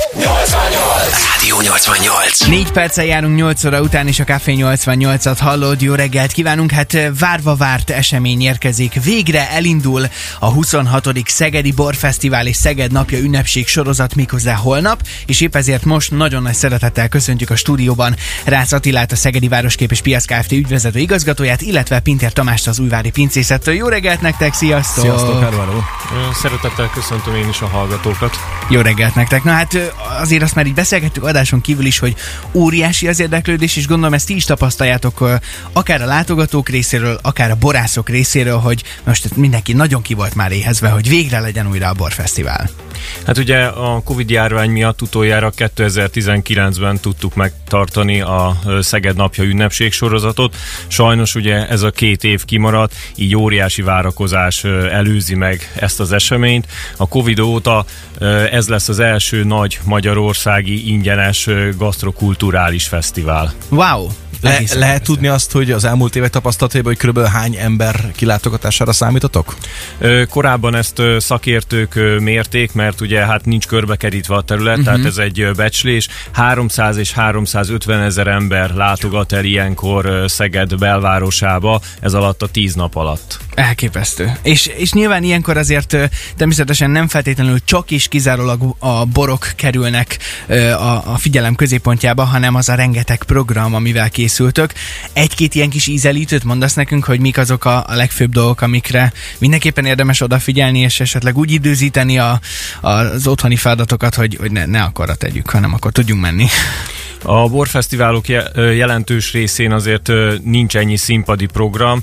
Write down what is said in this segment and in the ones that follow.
Rádió 88. 4 perccel járunk 8 óra után, és a Café 88-at hallod. Jó reggelt kívánunk! Hát várva várt esemény érkezik. Végre elindul a 26. Szegedi Borfesztivál és Szeged napja ünnepség sorozat, méghozzá holnap, és épp ezért most nagyon nagy szeretettel köszöntjük a stúdióban Rácz Attilát, a Szegedi Városkép és Piac Kft. Ügyvezető igazgatóját, illetve Pintér Tamást, az Újvári Pincészettől. Jó reggelt nektek, sziasztok! Sziasztok, hello. Szeretettel köszöntöm én is a hallgatókat. Jó reggelt nektek! Na hát azért azt már így beszélgettük adáson kívül is, hogy óriási az érdeklődés, és gondolom ezt ti is tapasztaljátok akár a látogatók részéről, akár a borászok részéről, hogy most mindenki nagyon ki volt már éhezve, hogy végre legyen újra a borfesztivál. Hát ugye a Covid-járvány miatt utoljára 2019-ben tudtuk megtartani a Szeged napja ünnepség sorozatot. Sajnos ugye ez a 2 év kimaradt, így óriási várakozás előzi meg ezt az eseményt. A Covid óta ez lesz az első nagy magyarországi ingyenes gasztrokulturális fesztivál. Wow! Lehet tudni azt, hogy az elmúlt évek tapasztalataiból, hogy körülbelül hány ember kilátogatására számítotok? Korábban ezt szakértők mérték, mert ugye hát nincs körbekerítve a terület, tehát ez egy becslés. 300 és 350 ezer ember látogat el ilyenkor Szeged belvárosába, ez alatt a 10 nap alatt. Elképesztő. És nyilván ilyenkor azért természetesen nem feltétlenül csak és kizárólag a borok kerülnek a figyelem középpontjába, hanem az a rengeteg program, amivel készültök. Egy-két ilyen kis ízelítőt mondasz nekünk, hogy mik azok a legfőbb dolgok, amikre mindenképpen érdemes odafigyelni, és esetleg úgy időzíteni az otthoni feladatokat, hogy ne akkorra tegyük, hanem akkor tudjunk menni. A borfesztiválok jelentős részén azért nincs ennyi színpadi program.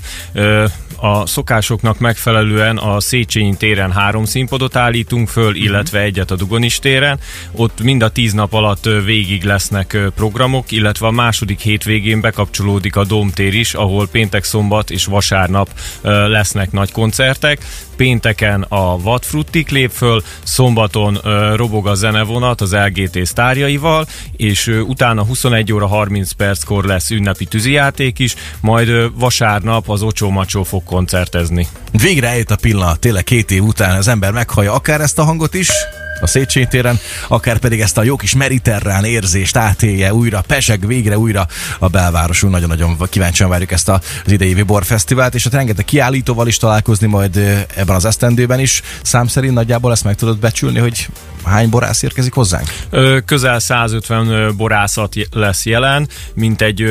A szokásoknak megfelelően a Széchenyi téren 3 színpadot állítunk föl, illetve egyet a Dugonis téren. Ott mind a 10 nap alatt végig lesznek programok, illetve a második hétvégén bekapcsolódik a Dómtér is, ahol péntek, szombat és vasárnap lesznek nagy koncertek. Pénteken a Vadfruttik lép föl, szombaton robog a zenevonat az LGT sztárjaival, és utána 21 óra 30 perckor lesz ünnepi tűzijáték is, majd vasárnap az Ocsó Macsó fog koncertezni. Végre eljött a pillanat, tényleg 2 év után az ember meghallja akár ezt a hangot is, a Széchenyi téren, akár pedig ezt a jó kis mediterrán érzést átélje újra, peseg végre újra a belvárosunk. Nagyon-nagyon kíváncsian várjuk ezt az idei borfesztivált, és ott rengeteg kiállítóval is találkozni majd ebben az esztendőben is. Szám szerint nagyjából ezt meg tudod becsülni, hogy hány borász érkezik hozzánk? Közel 150 borászat lesz jelen, mintegy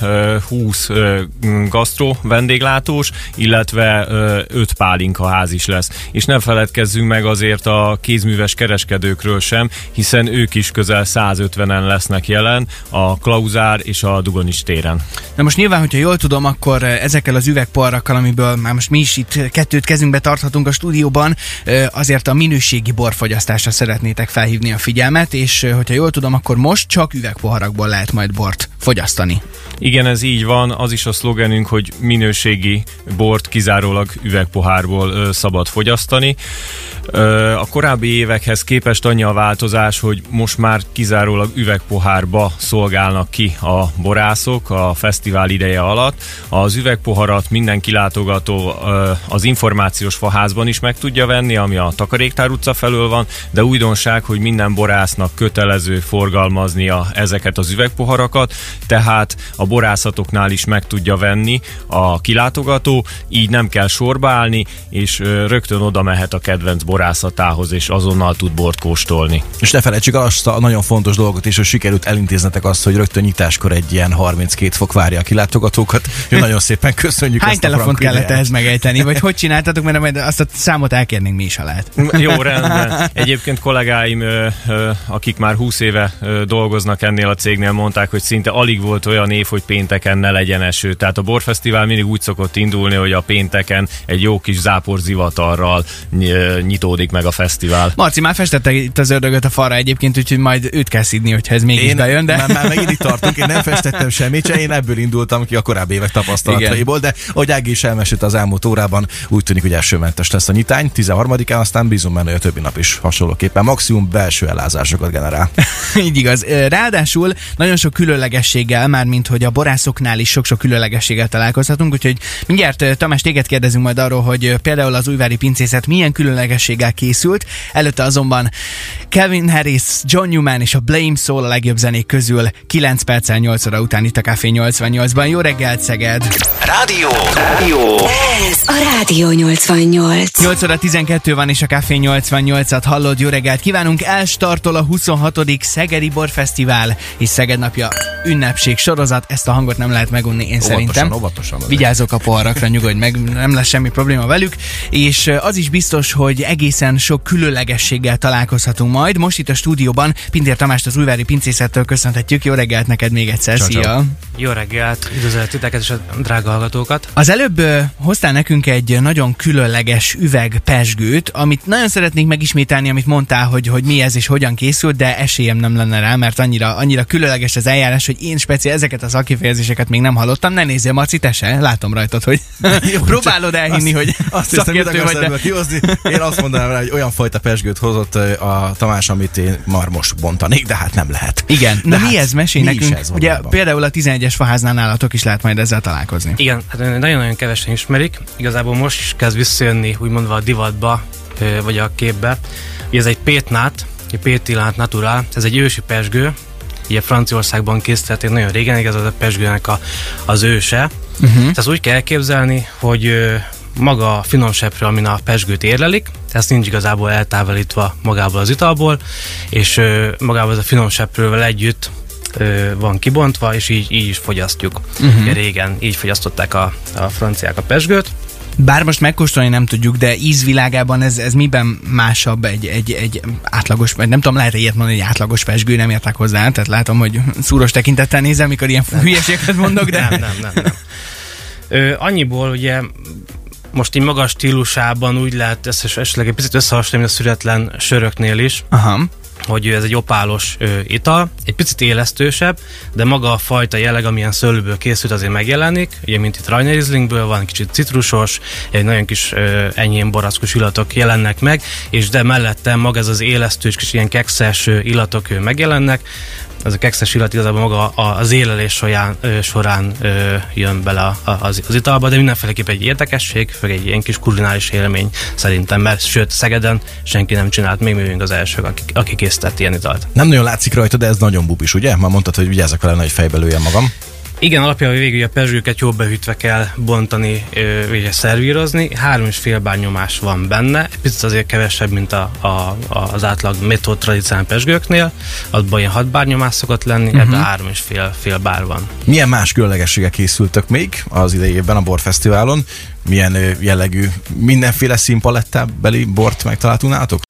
20 gasztró vendéglátós, illetve 5 pálinkaház is lesz. És ne feledkezzünk meg azért a kézműves kereskedőkről sem, hiszen ők is közel 150-en lesznek jelen a Klauzár és a Dugonis téren. Na most nyilván, hogyha jól tudom, akkor ezekkel az üvegporrakkal, amiből már most mi is itt 2 kezünkbe tarthatunk a stúdióban, azért a minőségi borfogyasztásra szeretnétek felhívni a figyelmet, és hogyha jól tudom, akkor most csak üvegpoharakból lehet majd bort fogyasztani. Igen, ez így van, az is a szlogenünk, hogy minőségi bort kizárólag üvegpohárból szabad fogyasztani. A korábbi évekhez képest annyi a változás, hogy most már kizárólag üvegpohárba szolgálnak ki a borászok a fesztivál ideje alatt. Az üvegpoharat minden kilátogató az információs faházban is meg tudja venni, ami a Takaréktár utca felől van, de újdonság, hogy minden borásznak kötelező forgalmaznia ezeket az üvegpoharakat, tehát a borászatoknál is meg tudja venni a kilátogató, így nem kell sorba állni, és rögtön oda mehet a kedvenc borászatához, és azonnal tud bort kóstolni. És ne felejtsük azt a nagyon fontos dolgot is, hogy sikerült elintéznetek azt, hogy rögtön nyitáskor egy ilyen 32 fok várja a kilátogatókat. Jó, nagyon szépen köszönjük. Hány telefont kellett ehhez megejteni, vagy hogy csináltatok, mert majd azt a számot elkérnénk mi is, ha lehet. Jó, rendben. Egyébként kollégáim, akik már 20 éve dolgoznak ennél a cégnél, mondták, hogy szinte alig volt olyan év, hogy pénteken ne legyen eső. Tehát a borfesztivál mindig úgy szokott indulni, hogy a pénteken egy jó kis záporzivatarral nyitódik meg a fesztivál. Marci, már festette itt az ördögöt a falra egyébként, úgyhogy majd őt kell szidni, hogyha ez mégis bejön, de... Már megint itt tartunk, én nem festettem semmit, csak én ebből indultam ki a korábbi évek tapasztalataiból, de ahogy Ági is elmesélte az elmúlt órában, úgy tűnik, hogy esőmentes lesz a nyitány, 13-án, aztán bízunk benne, hogy a többi nap is hasonlóképpen maximum belső ellázásokat generál. Így igaz. Ráadásul nagyon sok különlegességgel, mármint hogy a borászoknál is sok-sok különlegességgel találkozhatunk, úgyhogy mindjárt Tamás, téged kérdezünk majd arról, hogy például az újvári pincészet milyen különlegességgel készült. Előtte azonban azonban Calvin Harris, John Newman és a Blame Soul a legjobb zenék közül 9 perccel 8 óra után itt a Café 88-ban. Jó reggelt, Szeged! Rádió! Ez a Rádió 88. 8 óra 12 van és a Café 88-at hallod. Jó reggelt kívánunk! Elstartol a 26. Szegedi Borfesztivál és Szeged napja ünnepség sorozat. Ezt a hangot nem lehet megunni, én szerintem. Óvatosan. Vigyázzok a poharakra, nyugodj meg, nem lesz semmi probléma velük. És az is biztos, hogy egészen sok különlegességgel találkozhatunk majd. Most itt a stúdióban Pintér Tamást, az Újvári Pincészettől köszönhetjük. Jó reggelt neked még egyszer, szia! Jó reggelt, üdvözöllek titeket és a drága hallgatókat. Az előbb hoztál nekünk egy nagyon különleges üvegpezsgőt, amit nagyon szeretnék megismételni, amit mondtál, hogy mi ez és hogyan készült, de esélyem nem lenne rá, mert annyira különleges az eljárás, hogy én speciál ezeket a szakifejezéseket még nem hallottam. Ne nézzél, Marci, te se. Látom rajtad, hogy próbálod elhinni, hogy szakértő vagy. De... Kihozni. Én azt mondanám rá, hogy olyan fajta pezsgőt hozott a Tamás, amit én már most bontanék, de hát nem lehet. Igen, de mi ez? Mesélj nekünk. Ez ugye például a 11-es faháznál nálatok is lehet majd ezzel találkozni. Igen, hát nagyon-nagyon kevesen ismerik. Igazából most is kezd visszajönni, úgy mondva a divatba, vagy a képbe. Ugye ez egy pétnát, egy pétilát naturál, ez egy ősi pezsgő, ugye Franciaországban készítették nagyon régen, igaz, az a pezsgőnek az őse. Tehát úgy kell elképzelni, hogy maga a finom seprő, amin a pezsgőt érlelik, ez nincs igazából eltávolítva magából az italból, és magából az a finom seprővel együtt van kibontva, és így is fogyasztjuk. Ugye régen így fogyasztották a franciák a pezsgőt. Bár most megkóstolni nem tudjuk, de ízvilágában ez miben másabb egy átlagos, vagy nem tudom, lehet ilyet mondani, hogy átlagos pezsgő, nem értek hozzá, tehát látom, hogy szúros tekintettel nézem, mikor ilyen hülyeségeket mondok, de... Nem. Annyiból ugye most így magas stílusában úgy lehet ezt esetleg egy picit összehasonlítani a szüretlen söröknél is. Aha. Hogy ez egy opálos ital, egy picit élesztősebb, de maga a fajta jelleg, amilyen szőlőből készült, azért megjelenik, ugye mint itt Rainer Rieslingból van, kicsit citrusos, egy nagyon kis enyhén barackos illatok jelennek meg, és de mellette maga ez az élesztő és kis ilyen kekszes illatok megjelennek. Ez a kekszes illat igazából maga az élelés során jön bele az italba, de mindenféleképpen egy érdekesség, főleg egy ilyen kis kulináris élmény szerintem, mert sőt Szegeden senki nem csinált, még mi vagyunk az elsők, aki készített ilyen italt. Nem nagyon látszik rajta, de ez nagyon bubis, ugye? Már mondtad, hogy vigyázzak vele, hogy fejbe lőjem magam. Igen, alapjában végül a pezsgőket jól behűtve kell bontani, és szervírozni. 3,5 bár nyomás van benne, egy picit azért kevesebb, mint az átlag metód tradicionális pezsgőknél. Abban ilyen 6 bár nyomás szokott lenni, ebben 3,5 bár van. Milyen más különlegességek készültek még az idejében a Borfesztiválon? Milyen jellegű, mindenféle színpalettábeli bort megtaláltunk nálatok?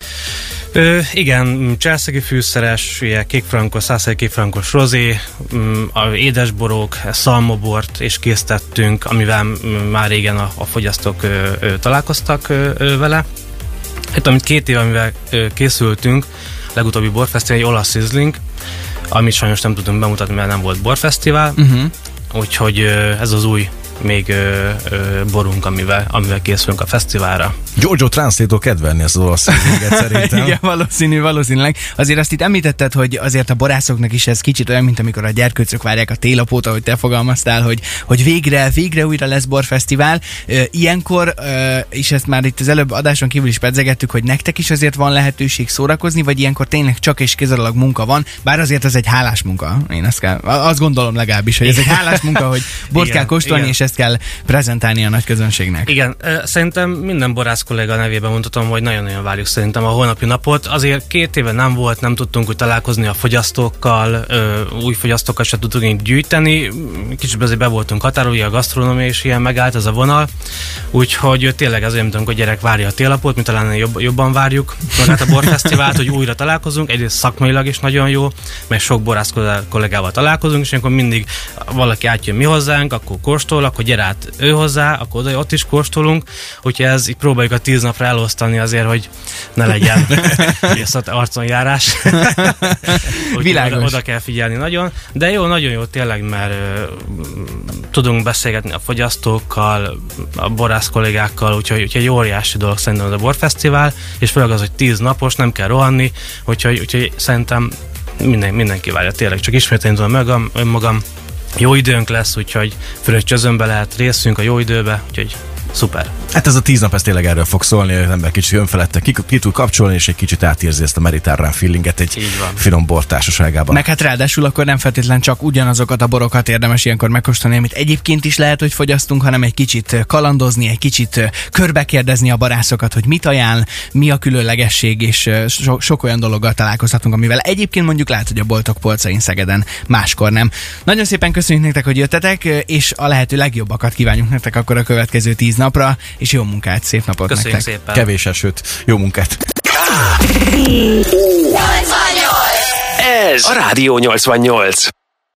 Igen, cselszegi fűszeres, kékfrankos, szászai kékfrankos rozé, édesborok, szalmabort és készítettünk, amivel már régen a fogyasztók találkoztak vele. Hát amit 2 éve, amivel készültünk, legutóbbi borfesztivál, egy olasz Riesling, amit sajnos nem tudunk bemutatni, mert nem volt borfesztivál, úgyhogy ez az új még borunk, amivel készülünk a fesztiválra. Giorgio Translator kedvelni ezt az olasz Rieslinget szerintem. Igen, valószínűleg. Azért azt itt említetted, hogy azért a borászoknak is ez kicsit olyan, mint amikor a gyerkőcök várják a télapót, ahogy te fogalmaztál, hogy végre újra lesz borfesztivál. Ilyenkor, és ezt már itt az előbb adáson kívül is pedzegettük, hogy nektek is azért van lehetőség szórakozni, vagy ilyenkor tényleg csak és kizárólag munka van, bár azért ez egy hálás munka. Én azt gondolom legalábbis, hogy ez egy hálás munka, hogy bort kell kóstolni, és ezt kell prezentálni a nagy közönségnek. Igen, szerintem minden borász kolléga nevében mondhatom, hogy nagyon-nagyon várjuk szerintem a holnapi napot. Azért 2 éve nem volt, nem tudtunk úgy találkozni a fogyasztókkal, új fogyasztókkal se tudtunk gyűjteni. Kicsit azért be voltunk határolva, a gasztronómia is ilyen megállt ez a vonal. Úgyhogy tényleg ez olyan, mint a gyerek várja a télapót, mint talán jobban várjuk magát a borfesztivált, hogy újra találkozunk. Egyrészt szakmailag is nagyon jó, mert sok borász kollégával találkozunk, és akkor mindig valaki átjön mi hozzánk, akkor kóstol, akkor gyere át ő hozzá, akkor ott is kóstolunk, úgyhogy ez így próbáljuk a 10 napra elosztani azért, hogy ne legyen arconjárás. Világos. Oda kell figyelni nagyon, de jó, nagyon jó tényleg, mert tudunk beszélgetni a fogyasztókkal, a borász kollégákkal, úgyhogy egy óriási dolog szerintem az a borfesztivál, és főleg az, hogy 10 napos, nem kell rohanni, úgyhogy szerintem mindenki várja tényleg, csak ismételni tudom önmagam. Jó időnk lesz, úgyhogy főleg csözönbe lehet részünk a jó időbe, úgyhogy szuper. Hát ez a 10 nap, ez tényleg erről fog szólni, hogy az ember kicsit önfeledten ki tud kapcsolni, és egy kicsit átérzi ezt a mediterrán feelinget egy finom bor társaságában. Meg hát ráadásul akkor nem feltétlen csak ugyanazokat a borokat érdemes ilyenkor megkóstolni, amit egyébként is lehet, hogy fogyasztunk, hanem egy kicsit kalandozni, egy kicsit körbekérdezni a barászokat, hogy mit ajánl, mi a különlegesség, és sok olyan dologgal találkozhatunk, amivel egyébként mondjuk lehet, hogy a boltok polcain Szegeden máskor nem. Nagyon szépen köszönjük nektek, hogy jöttetek, és a lehető legjobbakat kívánjuk nektek akkor a következő 10 napra, és jó munkát, szép napot Köszönjük nektek. szépen. Kevés esőt, jó munkát! Ez a Rádió 88.